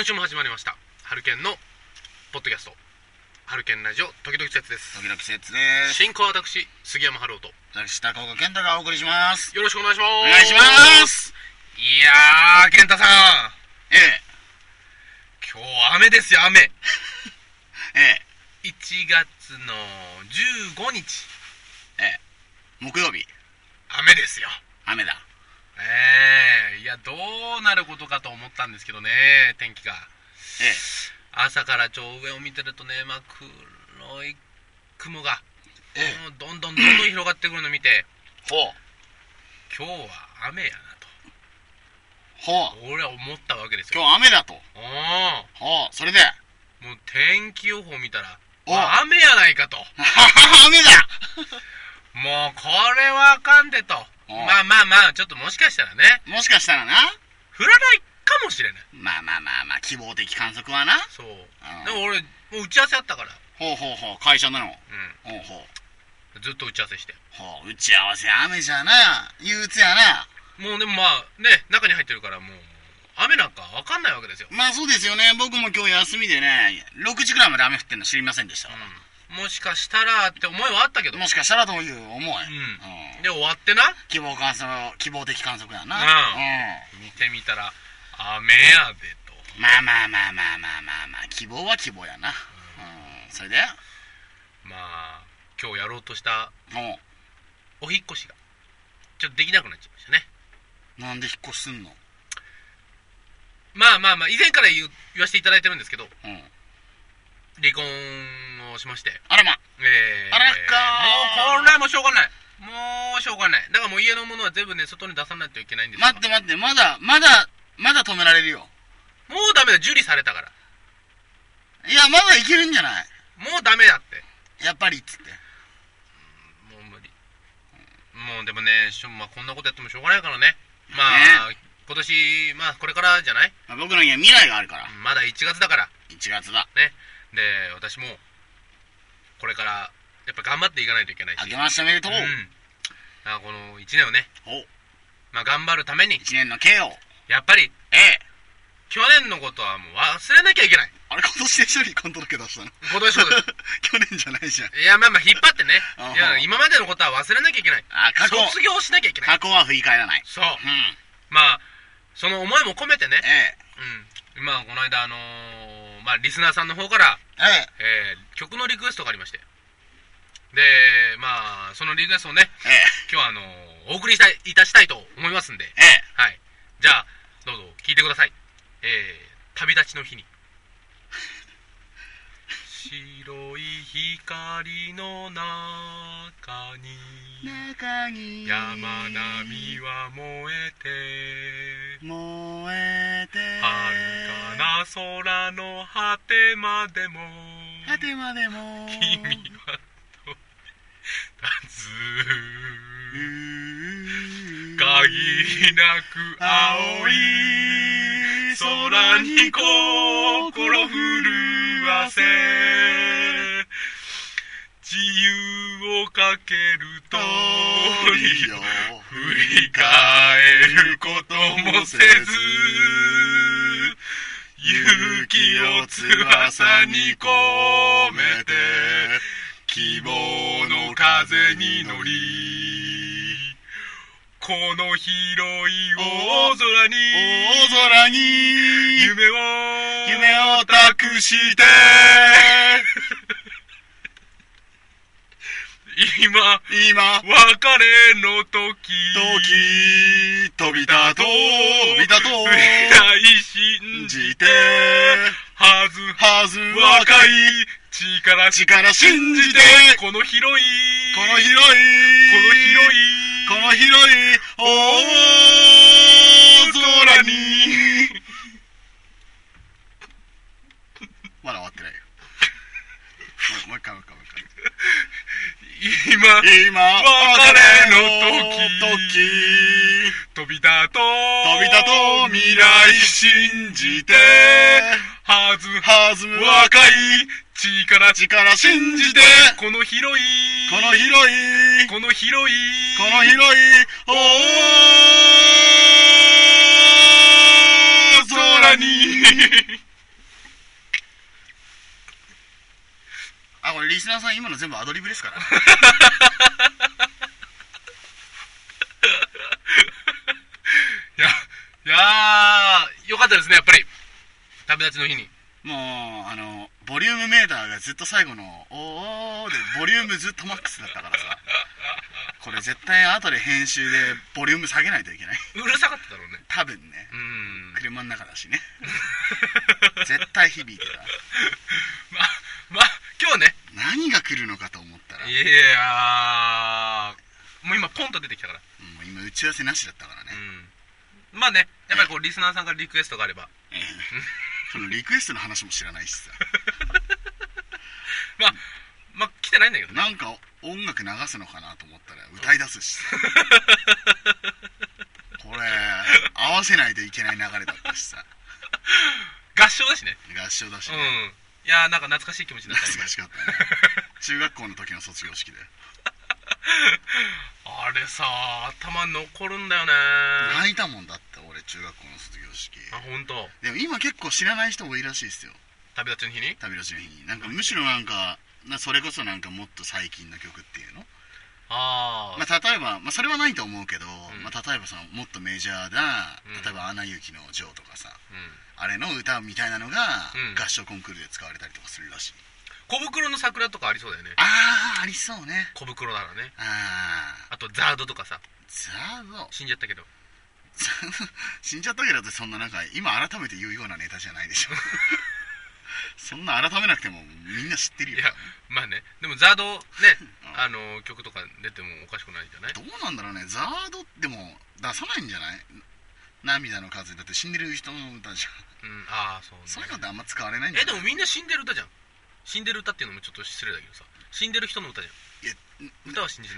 今週も始まりましたハルケンのポッドキャスト、ハルケンラジオ時々季節です。 時々季節です。 進行は私杉山春夫と私高岡健太がお送りします。 よろしくお願いします。 お願いします。 いやー健太さん、今日雨ですよ、雨1月の15日木曜日雨ですよ。 雨だ。 いやどうなることかと思ったんですけどね、天気が。朝から上を見てるとね、黒い雲がどんどん広がってくるのを見て、今日は雨やなと俺は思ったわけですよ。 今日雨だと。それでもう天気予報見たら雨やないかと雨だもうこれはあかんでと。まあちょっともしかしたらね、 もしかしたらな降らないかもしれない。 まあ希望的観測はな。 そう、でも俺もう打ち合わせあったから。 会社なの。 ずっと打ち合わせして、 打ち合わせ雨じゃな、憂鬱やな。 もうでも中に入ってるからもう雨なんか分かんないわけですよ。 まあそうですよね。僕も今日休みでね、6時くらいまで雨降ってんの知りませんでした。 もしかしたらって思いはあったけど、 もしかしたらという思い、 で終わってな、 希望的観測やな。 見てみたら雨やでと。 まあ希望は希望やな。それで今日やろうとしたお引っ越しがちょっとできなくなっちゃいましたね。 なんで引っ越しすんの？ 以前から言わせていただいてるんですけど、離婚をしまして。 あらま。 もうこれはもうしょうがない。だからもう家のものは全部ね外に出さないといけないんですよ。 待ってまだ止められるよ。 もうダメだ、受理されたから。 いやまだいけるんじゃない？ もうダメだってやっぱりっつって。 もう無理。もうでもね、こんなことやってもしょうがないからね。今年これからじゃない？ 僕のには未来があるから。 まだ1月だから。 1月だね。で私もこれからやっぱ頑張っていかないといけないし。 あけましておめでとう。 この1年をね、頑張るために 1年の計をやっぱり去年のことはもう忘れなきゃいけない。 あれ今年で離婚届出したの？ 今年そうです。 去年じゃないじゃん。 いや引っ張ってね。いや今までのことは忘れなきゃいけない。卒業しなきゃいけない。 過去は振り返らない。 そう。その思いも込めてね。この間リスナーさんの方から曲のリクエストがありまして、でそのリクエストをね、今日はお送りいたしたいと思いますんで、じゃあどうぞ聴いてください。旅立ちの日に。白い光の中に山並みは燃えて遥かな空の果てまでも君は立つ限りなく青い空に心震わせ自由をかけると振り返ることもせず勇気を翼に込めて希望の風に乗りこの広い大空に夢を託して今別れの時飛び立とう未来信じてはず若い力信じてこの広い大空にまだ終わってないよ。もう一回今別れの時飛び立とう未来信じてはず若い力信じてこの広い大空にリスナーさん今の全部アドリブですからねいやよかったですね、やっぱり旅立ちの日に。 もうボリュームメーターがずっと最後のおーでボリュームずっとマックスだったからさこれ絶対後で編集でボリューム下げないといけない。 うるさかっただろうね、 多分ね。車の中だしね絶対響いてたまあ今日ね、 何が来るのかと思ったら、 いやもう今ポンと出てきたから、 もう今打ち合わせなしだったからね、 まあね、やっぱりこうリスナーさんからリクエストがあれば、 そのリクエストの話も知らないしさまあ来てないんだけどね。 なんか音楽流すのかなと思ったら歌い出すしさこれ合わせないといけない流れだったしさ合唱だしね。 合唱だしね、 いやなんか懐かしい気持ちになった。 懐かしかったね中学校の時の卒業式であれさ頭残るんだよね。 泣いたもんだって俺中学校の卒業式。 あ、本当。 でも今結構知らない人多いらしいですよ、 旅立ちの日に。 旅立ちの日になんかむしろなんかそれこそなんかもっと最近の曲っていうの、まあ、例えば、まあ、それはないと思うけど、まあ、例えばそのもっとメジャーな、例えば「アナ雪のジョー」とかさ、あれの歌みたいなのが、合唱コンクールで使われたりとかするらしい。 小袋の桜とかありそうだよね。 ありそうね。 小袋ならね。 あとザードとかさ。 ザード死んじゃったけど死んじゃったけどってそんななんか今改めて言うようなネタじゃないでしょそんな改めなくてもみんな知ってるよ。 いやまあね、でもザードね曲とか出てもおかしくないんじゃない。 どうなんだろうね。ザードでも出さないんじゃない。涙の数だって死んでる人の歌じゃん。そうね。そういうのってあんま使われないんじゃない。 でもみんな死んでる歌じゃん。死んでる歌っていうのもちょっと失礼だけどさ、死んでる人の歌じゃん。歌は信じない。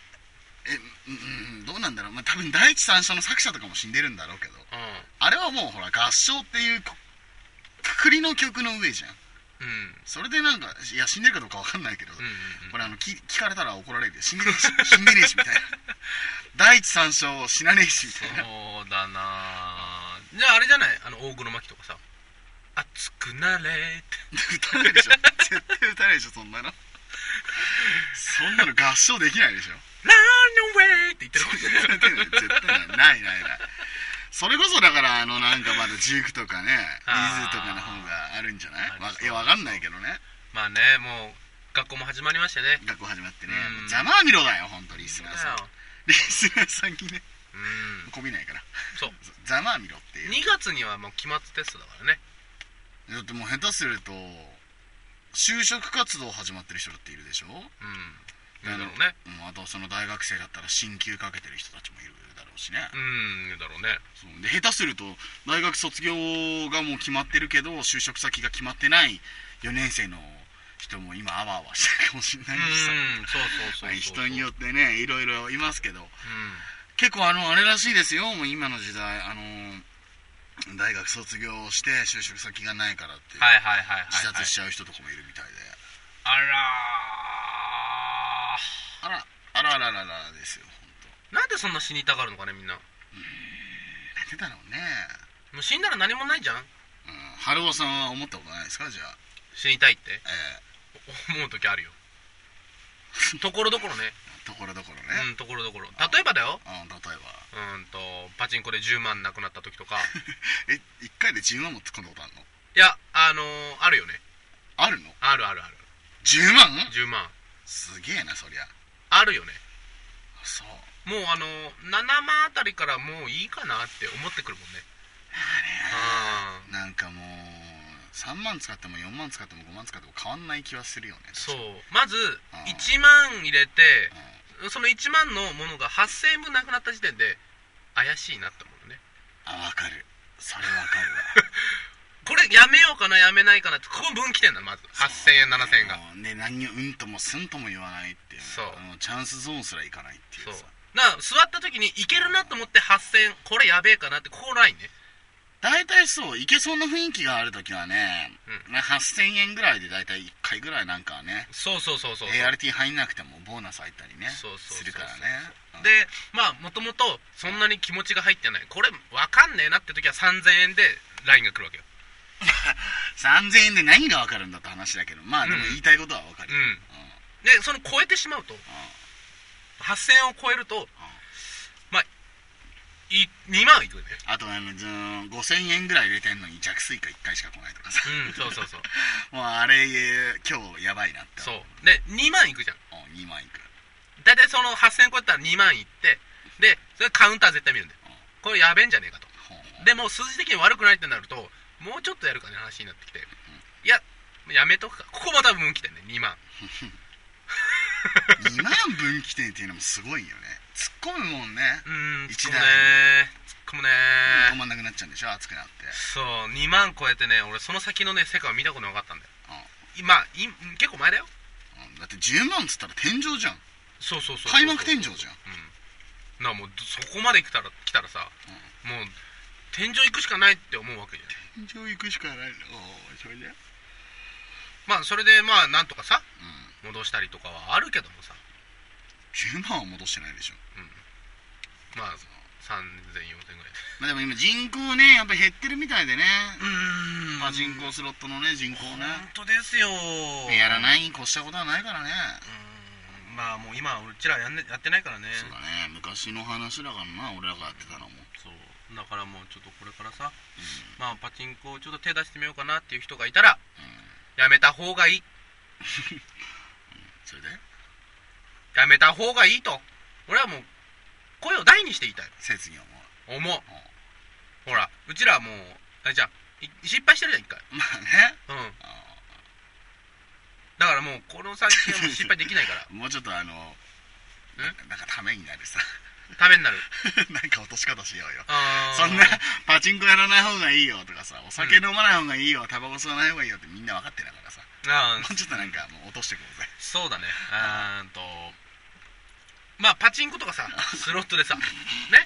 どうなんだろう。まあ多分第一三者の作者とかも死んでるんだろうけど、あれはもうほら合唱っていうくくりの曲の上じゃん。それでなんかいや死んでるかどうかわかんないけど、これ聞かれたら怒られるよ。死んでねえしみたいな第一三者死なねえしみたいな。 そうだな。じゃああれじゃない、大黒摩季とかさ、熱くなれって歌わないでしょ絶対歌わないでしょ。そんなのそんなの合唱できないでしょ。 ランアウェイって言ってるもんね。 絶対ないそれこそだからなんかまだジュークとかねリズとかの方があるんじゃない。いやわかんないけどね。 まあね、もう学校も始まりましてね。 学校始まってね、ざまあみろだよ本当リスナーさん。リスナーさんにねこびないから。 そうざまあみろっていう。 2月にはもう期末テストだからね。 だってもう下手すると就職活動始まってる人だっているでしょ。 だろうね。 あとその大学生だったら進級かけてる人たちもいるだろうしね。 だろうね。 そうで下手すると大学卒業がもう決まってるけど就職先が決まってない4年生の人も今あわあわしてるかもしれないしさ。そう人によってねいろいろいますけど、結構あれらしいですよ。もう今の時代大学卒業して就職先がないからって自殺しちゃう人とかもいるみたいで。あらですよ本当。 なんでそんな死にたがるのかねみんな。 なんでだろうね。 もう死んだら何もないじゃん。 春尾さんは思ったことないですか。じゃあ死にたいって思う時あるよところどころね。 ところどころね。 ところどころ。例えばだよ。 例えばパチンコで10万なくなった時とか 1回で10万も突っ込んだことあるの。 いやあるよね。 あるの。 ある 10万 10万すげえなそりゃ。 あるよね。 そうもう7万あたりからもういいかなって思ってくるもんね。 なんかもう3万使っても4万使っても5万使っても変わんない気はするよね。 そうまず1万入れて、その1万のものが8000円分なくなった時点で怪しいなって思うね。 わかる。それわかるわこれやめようかなやめないかなってここ分岐点だ。まず8000円7000円がで何をうんともすんとも言わないっていう。そうチャンスゾーンすらいかないっていうさ。 座った時にいけるなと思って8000円これやべえかなってここラインね。 大体そういけそうな雰囲気がある時はね、8000円ぐらいで大体1回ぐらいなんかね。 そう ART 入んなくてもボーナス入ったりねするからね。 でもともとそんなに気持ちが入ってないこれ分かんねえなって時は3000円でラインが来るわけよ 3000円で何が分かるんだって話だけど、まあでも言いたいことは分かる、 でその超えてしまうと、8000円を超えると、まあ2万いくね。 あと5000円ぐらい入れてんのに弱水化1回しか来ないとかさ、そうもうあれ今日やばいなって。 そうで2万いくじゃん。 2万いく。 大体その8000円超えたら2万いって、でそれカウンター絶対見るんだよ。これやべえんじゃねえかと。でも数字的に悪くないってなると、もうちょっとやるかね話になってきて、いややめとくか。ここまた分岐点ね、2万 2万分岐点っていうのもすごいよね。突っ込むもんね。 1台突っ込むね。 止まんなくなっちゃうんでしょ、熱くなって。 そう、2万超えてね、俺その先のね世界を見たことなかったんだよ。今結構前だよ。 だって10万っつったら天井じゃん。 そう開幕天井じゃん。 もうそこまで来たらさ、もう天井行くしかないって思うわけじゃん。 天井行くしかないの。それでそれでなんとかさ、戻したりとかはあるけどもさ、 10万は戻してないでしょ。 3000、4000ぐらいで。でも今人口ね、やっぱ減ってるみたいでね。パチンコスロットのね、人口ね。 本当ですよ。 やらないに越したことはないからね。 もう今うちらやってないからね。 そうだね、昔の話だからな、俺らがやってたのも。 そうだからもうちょっとこれからさ、パチンコをちょっと手出してみようかなっていう人がいたら、やめた方がいい。 それでやめた方がいいと俺はもう声を大にして言いたい。 切に思う。ほらうちらはもうじゃあ失敗してるじゃん一回。 まあね。 だからもうこの先はもう失敗できないからもうちょっとなんかためになるさ。 ためになるなんか落とし方しようよ。そんなパチンコやらない方がいいよとかさ、お酒飲まない方がいいよ、タバコ吸わない方がいいよってみんな分かってるからさ。もうちょっとなんかもう落としてこうぜ。 そうだね。パチンコとかさスロットでさね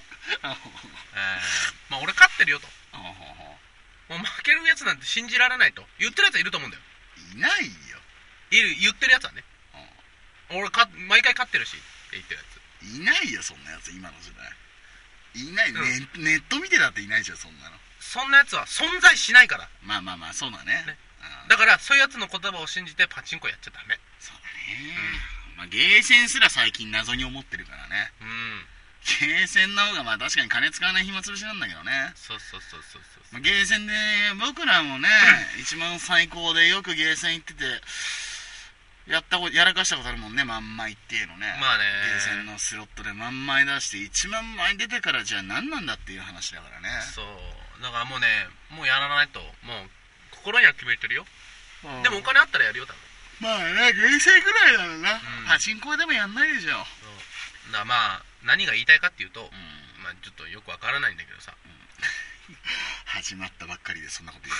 俺勝ってるよと、もう負けるやつなんて信じられないと言ってるやつはいると思うんだよ。 いないよ。 言ってるやつはね、俺毎回勝ってるしって言ってるやついないよ。そんなやつ今の時代いない。ネット見てだっていないじゃん、そんなの。 そんなやつは存在しないから。 まあそうだね。 だからそういうやつの言葉を信じてパチンコやっちゃダメ。 そうだね。ゲーセンすら最近謎に思ってるからね。ゲーセンの方が確かに金使わない暇つぶしなんだけどね。 そうゲーセンで僕らもね、一番最高でよくゲーセン行っててやらかしたことあるもんね。万枚っていうのね。 まあね、 ゲーセンのスロットで万枚出して1万枚出てからじゃあ何なんだっていう話だからね。 そうだからもうやらないともう心には決めてるよ。でもお金あったらやるよ多分。 まあね、ゲーセンぐらいだろうな。パチンコでもやんないでしょ。 だ何が言いたいかっていうと、ちょっとよくわからないんだけどさ、 始まったばっかりでそんなこと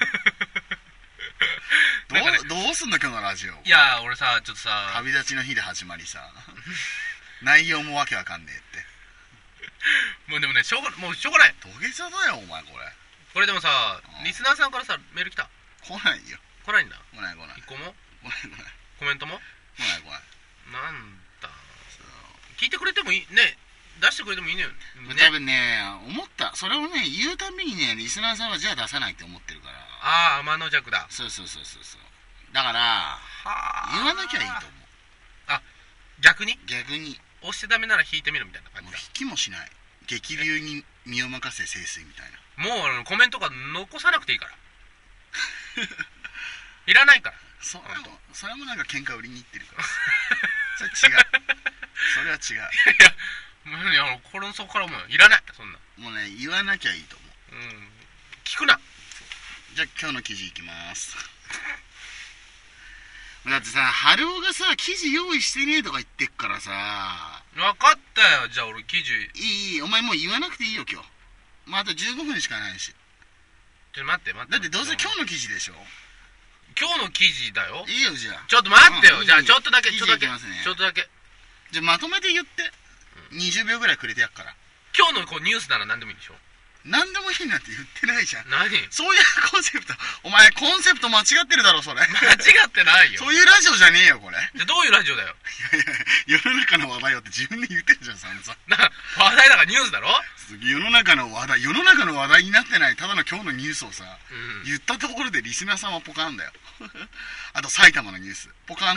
言っちゃうどうすんだ今日のラジオ。 いや俺さちょっとさ旅立ちの日で始まりさ内容もわけわかんねえってでもねしょうがない土下座だよお前。 これでもさリスナーさんからさメール来た？ 来ないよ。 来ないんだ。 来ない一個も来ないコメントも来ないなんだ。聞いてくれてもいいね、出してくれてもいいね。 多分ね、思った。それをね言うたびにね、リスナーさんはじゃあ出さないって思ってるから。 天の弱だ。 そうだから言わなきゃいいと思う。 逆に押してダメなら引いてみるみたいな感じだ。 もう引きもしない。激流に身を任せ清水みたいな。もうコメントが残さなくていいからいらないから。 それもなんか喧嘩売りに行ってるからそれ違うそれは違う。 いやこれそこからもういらない。そんなもうね言わなきゃいいと思う。 聞くな。 じゃあ今日の記事いきますだってさ、春尾がさ記事用意してねえとか言ってっからさ。 分かったよ。じゃあ俺記事いいお前もう言わなくていいよ今日。あと15分しかないし。 ちょっと待って。 だってどうせ今日の記事でしょ。 今日の記事だよ。 いいよじゃあ。 ちょっと待ってよ。じゃあちょっとだけ。じゃあまとめて言って。20秒ぐらいくれてやっから。 今日のニュースなら何でもいいでしょ。 何でもいいなんて言ってないじゃん。 何？ そういうコンセプト。お前コンセプト間違ってるだろそれ。 間違ってないよ。 そういうラジオじゃねえよこれ。 じゃあどういうラジオだよ。 いや世の中の話題よって自分で言ってるじゃん散々。 話題だからニュースだろ。 世の中の話題になってないただの今日のニュースをさ、言ったところでリスナーさんはポカンだよ。あと埼玉のニュースポカン。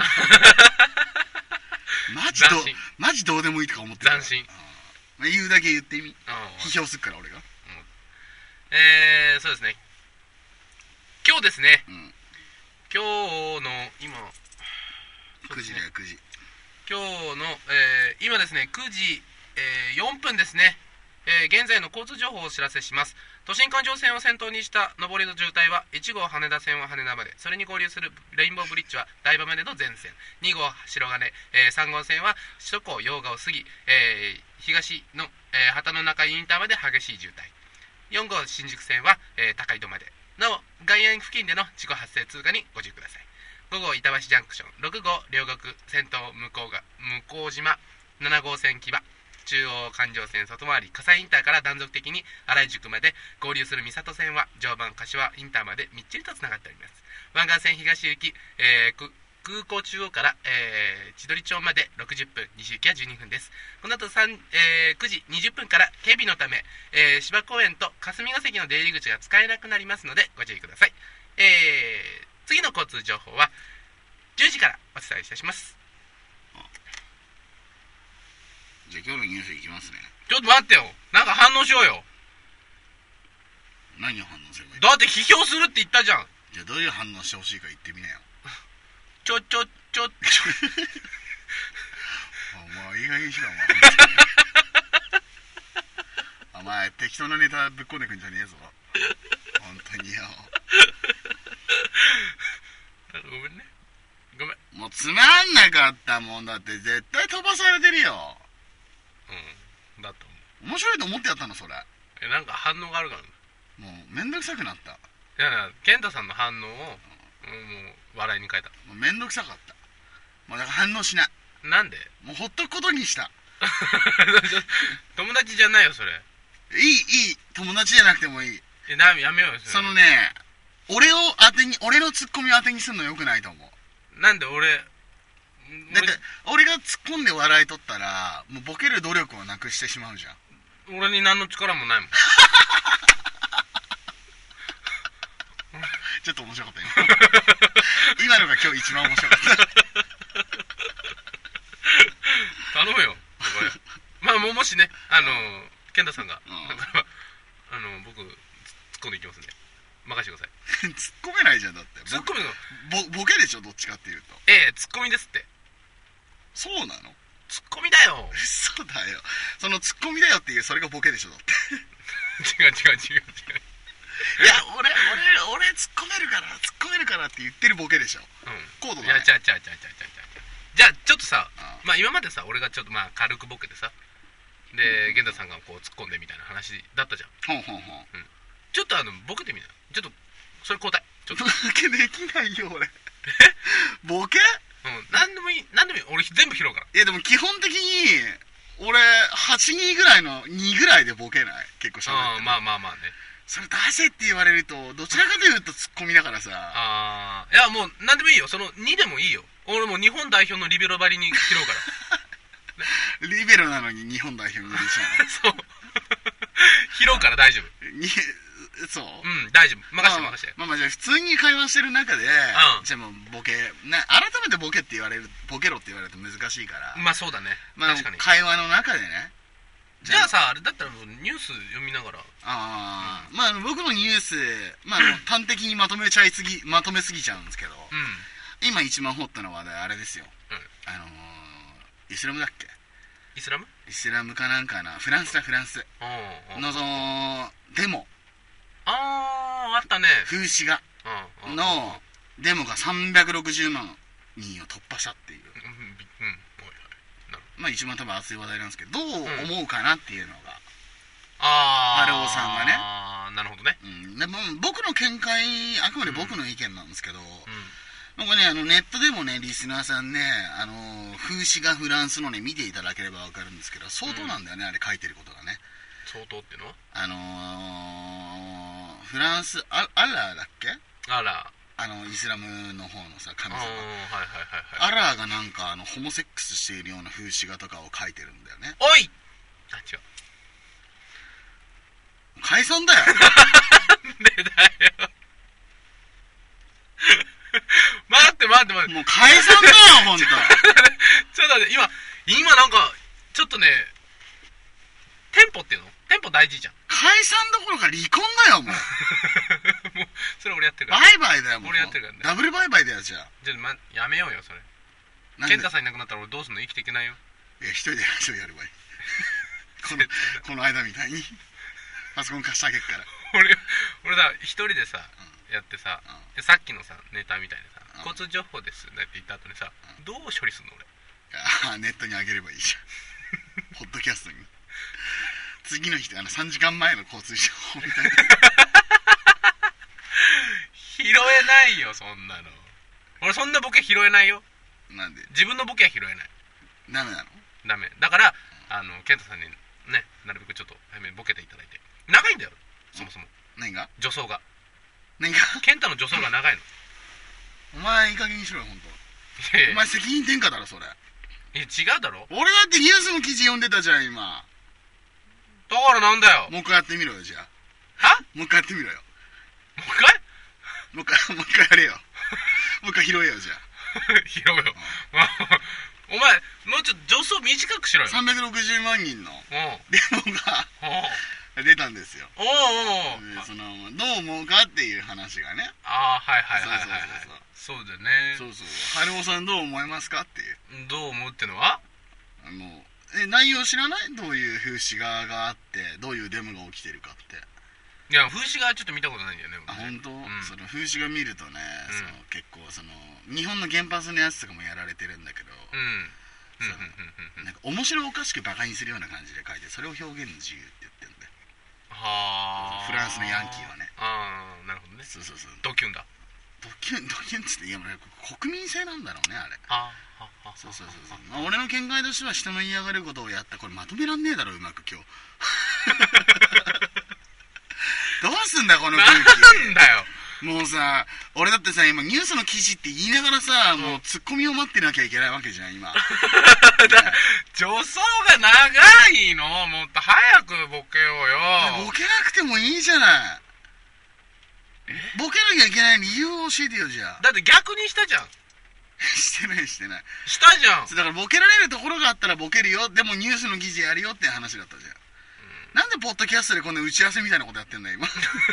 マジどうでもいいとか思ってる。 斬新。 言うだけ言ってみ。批評すっから俺が。 そうですね。今日ですね。今日の今 9時だよ9時。 今日の、今ですね9時、4分ですね。現在の交通情報をお知らせします。都心環状線を先頭にした上りの渋滞は1号羽田線は羽田まで、それに合流するレインボーブリッジは台場までの全線、2号白金、3号線は首都高用賀を過ぎ、東の、畑の中インターまで激しい渋滞、4号新宿線は、高井戸までの外苑付近での事故発生通過にご注意ください。5号板橋ジャンクション、6号両国先頭向島、7号線木場、中央環状線外回り葛西インターから断続的に新井宿まで合流する三郷線は常磐柏インターまでみっちりとつながっております。湾岸線東行き、空港中央から、千鳥町まで60分、西行きは12分です。この後9時20分から警備のため、芝公園と霞ヶ関の出入り口が使えなくなりますのでご注意ください。次の交通情報は10時からお伝えいたします。 じゃあ今日のニュースいきますね。 ちょっと待ってよ、なんか反応しようよ。 何を反応すればいい？ だって批評するって言ったじゃん。 じゃあどういう反応してほしいか言ってみなよ。 ちょお前いい加減にしろお前適当なネタぶっこんでくんじゃねえぞ本当によ。 ごめんね、ごめん。 もうつまんなかったもんだって絶対飛ばされてるよ。 だと面白いと思ってやったのそれ。 なんか反応があるからね。 もうめんどくさくなった。 いや健太さんの反応を、もう笑いに変えた。 もうめんどくさかった。もうだから反応しない。 なんで？ もうほっとくことにした。 友達じゃないよそれ。 いい友達じゃなくてもいい。 やめようよそのね、俺のツッコミを当てにするのよくないと思う。 なんで俺だって俺が突っ込んで笑い取ったらもうボケる努力をなくしてしまうじゃん。 俺に何の力もないもん。 ちょっと面白かったよ今のが今日一番面白かった頼むよまあもしね健太さんが、僕突っ込んでいきますんで任せてください。 突っ込めないじゃん。だって突っ込むのボケでしょどっちかっていうと。 突っ込みですって。 そうなの？ ツッコミだよ。 そうだよ。そのツッコミだよっていうそれがボケでしょだって違ういや俺突っ込めるからって言ってるボケでしょ。コードだね。 いやじゃあちょっとさ、まあ今までさ俺がちょっとまあ軽くボケてさで源太さんがこう突っ込んでみたいな話だったじゃん。ちょっとボケてみな。ちょっとそれ交代。ちょっとボケできないよ俺ボケ？ 何でもいい俺全部拾うから。 いやでも基本的に俺8-2ぐらいの2ぐらいでボケない？結構しゃべってる。まあね。それ出せって言われるとどちらかというとツッコミだからさ。 いやもう何でもいいよ。その2でもいいよ。俺もう日本代表のリベロばりに拾うからリベロなのに日本代表に入れちゃうそう拾うから大丈夫。 そう？ 大丈夫。任せて。 まあじゃあ普通に会話してる中で、じゃあもうボケ改めてボケって言われる、ボケろって言われると難しいから。 まあそうだね。確かに。 会話の中でね。 じゃあさ、あれだったらニュース読みながら。 まあ僕のニュース、端的にまとめすぎちゃうんですけど、今一番ホットな話題あれですよ。イスラムだっけ？ イスラムかなんかな。フランスのデモ。 あったね。 風刺画のデモが360万人を突破したっていう。まあ一番多分熱い話題なんですけど、どう思うかなっていうのが。春尾さんがね。 なるほどね。 でも僕の見解、あくまで僕の意見なんですけど、なんかね、ネットでもね、リスナーさんね、風刺画フランスのね、見ていただければわかるんですけど、相当なんだよね、あれ書いてることがね。 相当っていうのはフランス、アラーだっけ？ アラー。イスラムの方のさ、神様。 アラーがなんか、ホモセックスしているような風刺画とかを書いてるんだよね。 おい！あ、違う。 解散だよ。 なんでだよ。待って。 もう解散だよ、ほんと。ちょっと待って、今なんか、ちょっとね、テンポっていうの？テンポ大事じゃん。 解散どころか離婚だよ、もう。 もう、それ俺やってるから。 バイバイだよ、もう。 俺やってるからね。 ダブルバイバイだよ、じゃあ。 やめようよ、それ。健太さんいなくなったら俺どうすんの？生きていけないよ。 いや、一人でラジオやればいい。この間みたいに。パソコン貸してあげるから。 俺さ、一人でさ、やってさ、でさっきのさ、ネタみたいなさ、交通情報ですねって言った後にさ、どう処理すんの俺。ネットにあげればいいじゃん。ポッドキャストに。次の日で3時間前の交通情報みたいな。 拾えないよ、そんなの。俺そんなボケ拾えないよ。 なんで？ 自分のボケは拾えない。 ダメなの？ ダメ。だから、健太さんにね、なるべくちょっと早めにボケていただいて。長いんだよ、そもそも。 何が？ 助走が。 何が？ 健太の助走が長いの。 お前いい加減にしろよ、ほんと。お前責任転嫁だろ、それ。 違うだろ。 俺だってニュースの記事読んでたじゃん、今。 だからなんだよ。 もう一回やってみろよ、じゃあ。 は？ もう一回やってみろよ。 もう一回もう一回やれよ。もう一回拾えよ、じゃあ。 拾うよ。お前、もうちょっと助走短くしろよ。 360万人のデモが出たんですよ。どう思うかっていう話がね。 ああ、はい。そうだね。 そう。はるおさんどう思いますかっていう。 どう思うってのは？ 内容知らない？どういう風刺画があって、どういうデモが起きてるかって。 いや、風刺画はちょっと見たことないんだよね。 本当？その風刺画見るとね、結構日本の原発のやつとかもやられてるんだけど、なんか面白おかしくバカにするような感じで書いて、それを表現の自由って言ってるんだよ。 はあ。 フランスのヤンキーはね。 ああ、なるほどね。 そう。 ドキュンだ。 ドキュンっつって、いや、国民性なんだろうね、あれ。そう。俺の見解としては、人の嫌がることをやった。これまとめらんねえだろ、うまく今日。どうすんだこの空気。 なんだよ。 もうさ、俺だってさ、今ニュースの記事って言いながらさ、もうツッコミを待ってなきゃいけないわけじゃん、今。 助走が長いの。もっと早くボケようよ。 ボケなくてもいいじゃない。ボケなきゃいけない理由を教えてよ、じゃあ。 だって逆にしたじゃん。 してない。 したじゃん。 だからボケられるところがあったらボケるよ。でもニュースの記事やるよって話だったじゃん。なんでポッドキャストでこんな打ち合わせみたいなことやってんだよ、今。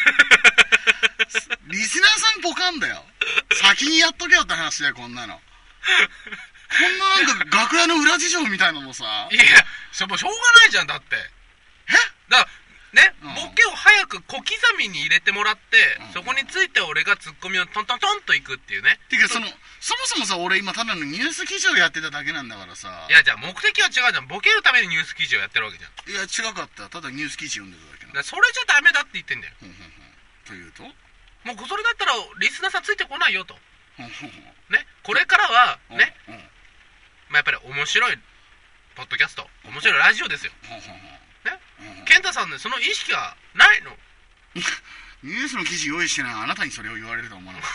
リスナーさんポカンだよ。先にやっとけよって話だよ、こんなの。こんななんか楽屋の裏事情みたいなのもさ。 いや、しょうがないじゃん、だって。だからね、ボケを早く小刻みに入れてもらって、そこについて俺がツッコミをトントントンといくっていうね。 てかそもそもさ、俺今ただのニュース記事をやってただけなんだからさ。 いや、じゃあ目的は違うじゃん。ボケるためにニュース記事をやってるわけじゃん。 いや、違かった。ただニュース記事読んでただけなんだ。 それじゃダメだって言ってんだよ。 というと、 もうそれだったらリスナーさんついてこないよと。ね、これからはね、やっぱり面白いポッドキャスト、面白いラジオですよ。ね、健太さんね、その意識がないの。 ニュースの記事用意してないあなたにそれを言われると思わなかった。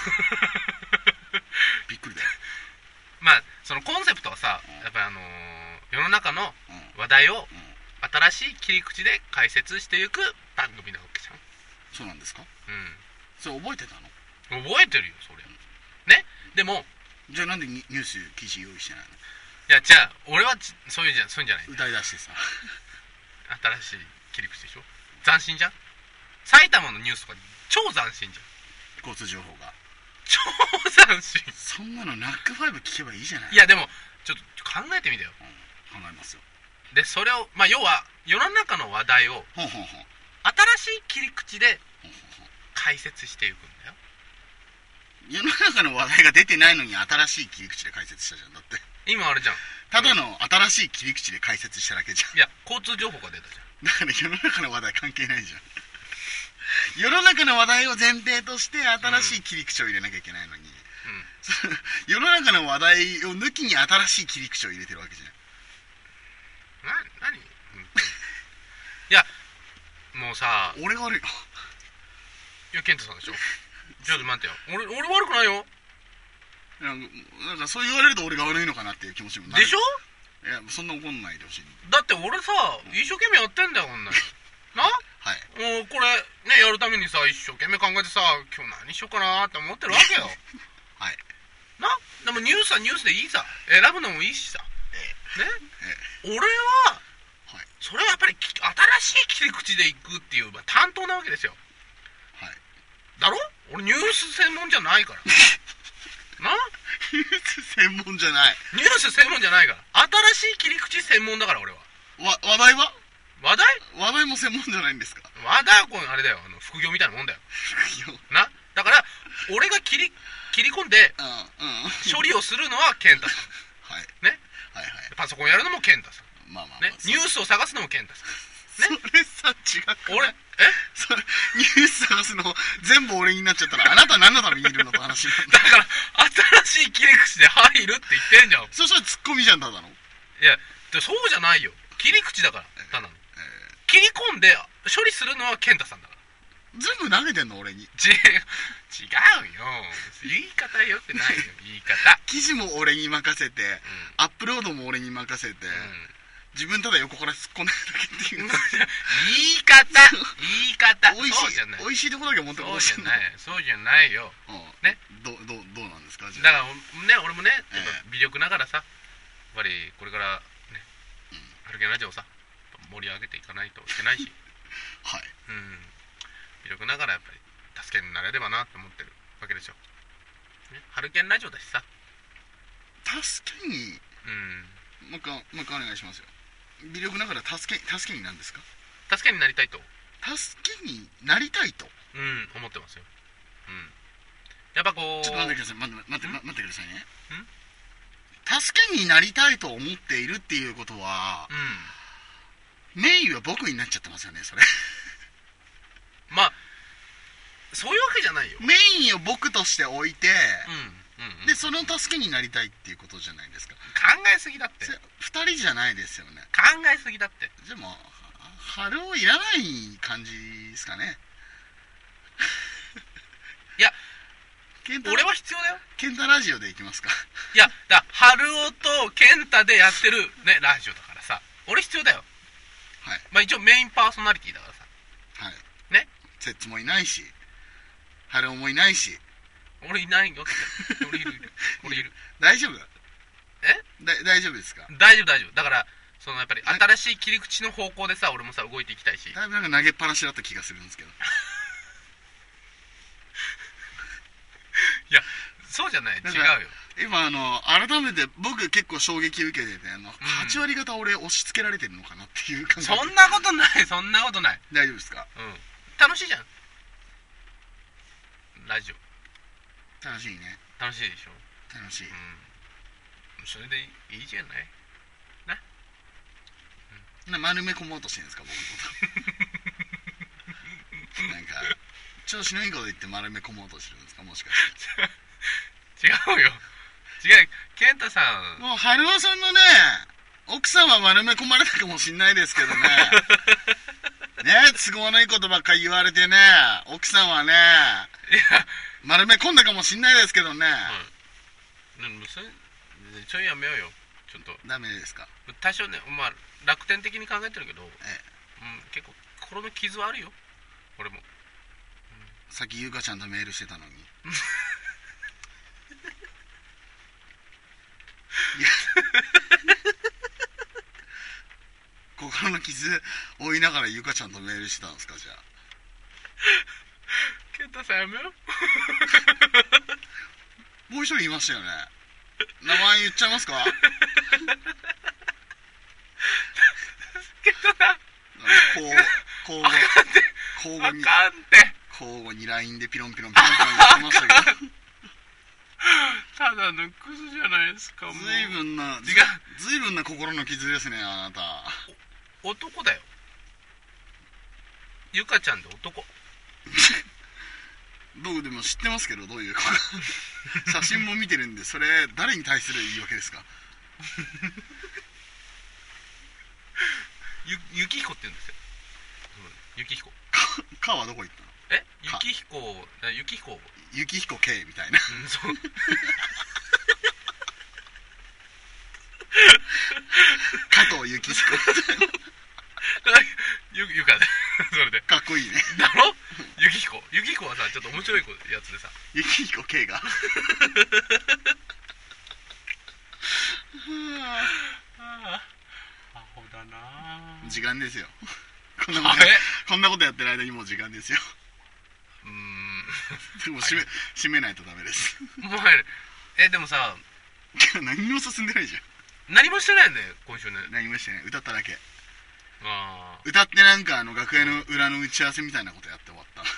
びっくりだよ。 まあそのコンセプトはさ、やっぱり世の中の話題を新しい切り口で解説していく番組なわけじゃん。 そうなんですか？それ覚えてたの？ 覚えてるよ、それ。ね、でもじゃあなんでニュース記事用意してないの？ いや、じゃあ俺はそういうんじゃない。 歌い出してさ。 新しい切り口でしょ。斬新じゃん。埼玉のニュースとか超斬新じゃん。 交通情報が超斬新。 そんなのナックファイブ聞けばいいじゃない。 いやでもちょっと考えてみてよ。 考えますよ。 でそれを要は世の中の話題を新しい切り口で解説していくんだよ。 世の中の話題が出てないのに新しい切り口で解説したじゃん。だって今あれじゃん、 ただの新しい切り口で解説しただけじゃん。 いや、交通情報が出たじゃん。 だから世の中の話題関係ないじゃん。世の中の話題を前提として新しい切り口を入れなきゃいけないのに、世の中の話題を抜きに新しい切り口を入れてるわけじゃん。 何いや、もうさ、 俺が悪いよ。 いや、ケントさんでしょ。ちょっと待ってよ。俺悪くないよ。 なんかそう言われると俺が悪いのかなっていう気持ちもなる。 でしょ。 いや、そんな怒んないでほしい。 だって俺さ、一生懸命やってんだよ、こんなのな。 はい、 もうこれねやるためにさ一生懸命考えてさ今日何しようかなって思ってるわけよはいな。でもニュースはニュースでいいさ、選ぶのもいいしさ、ね、俺は、はい、それはやっぱり新しい切り口でいくっていう担当なわけですよ、 はい、 だろ。俺ニュース専門じゃないからな。 ニュース専門じゃない、 ニュース専門じゃないから新しい切り口専門だから俺は。 話題は話題も専門じゃないんですか。 話題はこれあれだよ、副業みたいなもんだよ副業な。だから俺が切り込んで処理をするのは健太さん、はいね、はいはい、パソコンやるのも健太さん、まあまあ、まあね、ニュースを探すのも健太さん、ね、 それさ違う。 俺それニュース探すの全部俺になっちゃったらあなた何のためにいるのと話なんだだから新しい切り口で入るって言ってんじゃん。 そしたらツッコミじゃんただの。 いやそうじゃないよ、切り口だからただの、切り込んで処理するのは健太さんだから。 全部投げてんの俺に。 違うよ、言い方よくないよ言い方。 記事も俺に任せて、アップロードも俺に任せて、自分ただ横から突っ込んでるだけっていう言い方美味しいところだけ持ってこそうじゃないよ、ね、 どうなんですか。 だからね俺もね微力ながらさやっぱりこれからねハルケンラジオをさ盛り上げていかないといけないしはい、 微力ながらやっぱり助けになれればなって思ってるわけですよ、ね、ハルケンラジオだしさ助けに、もう一回お願いしますよ。微力ながら助けになんですか。 助けになりたいと助けになりたいと思ってますよ。やっぱこうちょっと待ってください、待ってくださいね。助けになりたいと思っているっていうことは、メインは僕になっちゃってますよねそれまあそういうわけじゃないよ。 メインを僕として置いて、でその助けになりたいっていうことじゃないですか。 考えすぎだって。 2人じゃないですよね。 考えすぎだって。 でも春男いらない感じですかねいや俺は必要だよ。 ケンタラジオでいきますか。 いや春男とケンタでやってるねラジオだからさ俺必要だよ。はい、まあ一応メインパーソナリティだからさ。 はいね、 セッツもいないし春男もいないし俺いないよ俺いる大丈夫大丈夫ですか。 大丈夫だからそのやっぱり新しい切り口の方向でさ俺もさ動いていきたいし。 だいぶなんか投げっぱなしだった気がするんですけどいやそうじゃない、違うよ。 今改めて僕結構衝撃受けてて8割方俺押し付けられてるのかなっていう感じ。 そんなことない大丈夫ですか。 楽しいじゃんラジオ。 楽しいね。 楽しいでしょ。 楽しい、 それでいいじゃないな。丸め込もうとしてるんですか僕のことなんか調子のいいこと言って丸め込もうとしてるんですかもしかして違うよ健太さん。 もう春男さんのね奥さんは丸め込まれたかもしんないですけどねね都合のいいことばっかり言われてね奥さんはね丸め込んだかもしんないですけどね、 それやめようよちょっと。 ダメですか。 多少ねまあ楽天的に考えてるけど、結構心の傷はあるよ俺も。 さっきゆかちゃんとメールしてたのに心の傷負いながらゆかちゃんとメールしてたんですか。じゃあケンタさんやめよもう一人いましたよね。名前言っちゃいますかケンタさん交互に LINE でピロンピロン言ってましたけどただのクズじゃないですか。もう随分な心の傷ですねあなた。 男だよゆかちゃんで男僕でも知ってますけどどういう子か写真も見てるんでそれ誰に対する言い訳ですかゆきひこって言うんですよ。ゆきひこかはどこ行ったの。 ゆきひこゆきひこ K みたいなそう加藤ゆきひこゆかでそれでかっこいいね。 だろ。ゆきひこはさちょっと面白いやつでさ、 ゆきひこ K がアホだな。 時間ですよ。こんなことやってる間にもう時間ですよ。でも締めないとダメです。 もう入る。でもさ何も進んでないじゃん。 何もしてないんだよ今週ね。 何もしてない。歌っただけ。 あ歌ってなんか楽屋の裏の打ち合わせみたいなことやって終わった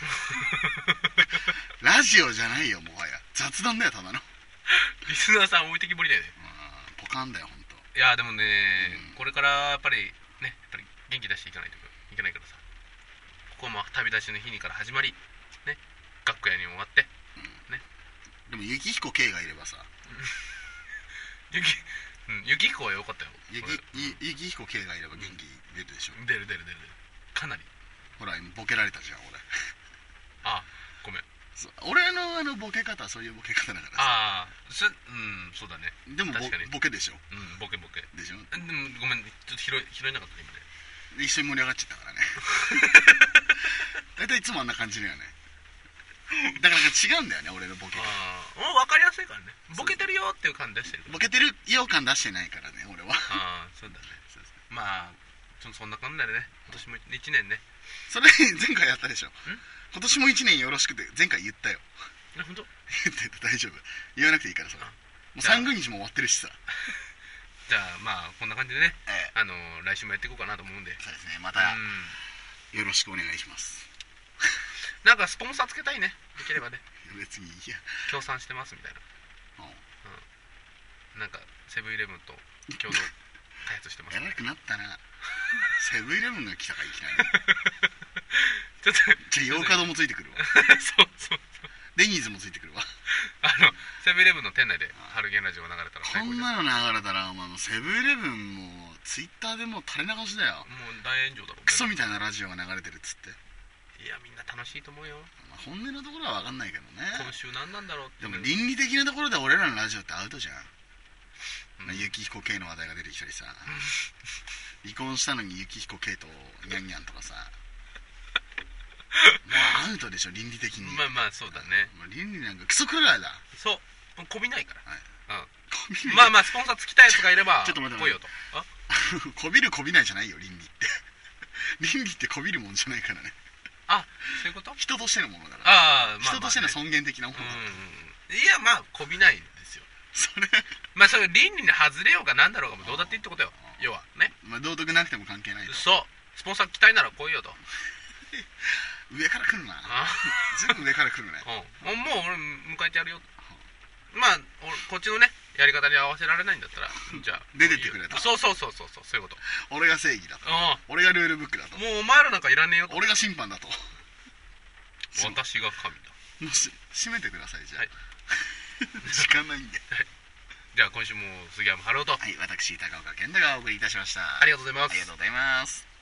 ラジオじゃないよ、もはや雑談だよ、ただの。 リスナーさん置いてきぼりだよね。 ポカンだよ、ほんと。 いやでもね、これからやっぱり元気出していかないといけないからさ、ここも旅立ちの日にから始まりね、楽屋に終わってね。 でもゆきひこ K がいればさゆきひこはよかったよ。 ゆきひこ K がいれば元気出るでしょ。 出るかなり。 ほら今ボケられたじゃん俺。 あ、ごめん。 俺のボケ方はそういうボケ方だからさ。そうだね。 でもボケでしょ。 ボケでしょ。でもごめん、ちょっと拾えなかった今ね。 一緒に盛り上がっちゃったからねだいたいいつもあんな感じだよね。だから違うんだよね、俺のボケが。 もう分かりやすいからね。ボケてるよっていう感出してるから。 ボケてるよ感出してないからね、俺は。 そうだね。まあそんな感じだよね。今年も1年ね。 それ前回やったでしょ。今年も1年よろしくって前回言ったよ。 本当？ 言ってた。大丈夫。言わなくていいからさ。もう三が日も終わってるしさ。 じゃあまあこんな感じでね、来週もやっていこうかなと思うんで。 そうですね、またよろしくお願いします。 なんかスポンサーつけたいね、できればね。 別にいいや。 協賛してますみたいな。なんかセブンイレブンと共同開発してます。 偉くなったな。セブンイレブンが来たかいきなり。 ちょっとじゃあヨーカドーもついてくるわ。 そうデニーズもついてくるわ。 セブンイレブンの店内でハルゲンラジオが流れたらこんなの流れたらお前もセブンイレブンもツイッターでもう垂れ流しだよ。 もう大炎上だろうね。 クソみたいなラジオが流れてるっつって。 いやみんな楽しいと思うよ。 本音のところは分かんないけどね。 今週何なんだろうって。 でも倫理的なところで俺らのラジオってアウトじゃん。ゆきひこ K の話題が出てきたりさ離婚したのにゆきひこ K とニャンニャンとかさもうアウトでしょ、倫理的に。 まあそうだね。 倫理なんかクソくらいだ。 そうこびないから。まあスポンサーつきたいやつがいればちょっと待って来いよと。 こびるこびないじゃないよ、倫理って倫理ってこびるもんじゃないからね。 そういうこと。 人としてのものだから。人としての尊厳的なものだから。 いやまあこびないですよ。そういう倫理に外れようがなんだろうがどうだっていいってことよ、要はね。 道徳なくても関係ないと。 そう、スポンサー来たいなら来いよと。 上から来るな。全部上から来るね。 もう俺迎えてやるよ。まあこっちのねやり方に合わせられないんだったらじゃあ出てってくれと。 そういうこと。 俺が正義だと。俺がルールブックだと。 もうお前らなんかいらねえよと。 俺が審判だと。 私が神だ。 もう閉めてください。じゃあ時間ないんで。 じゃあ今週も杉山春夫と、 私高岡健太がお送りいたしました。 ありがとうございます。 ありがとうございます。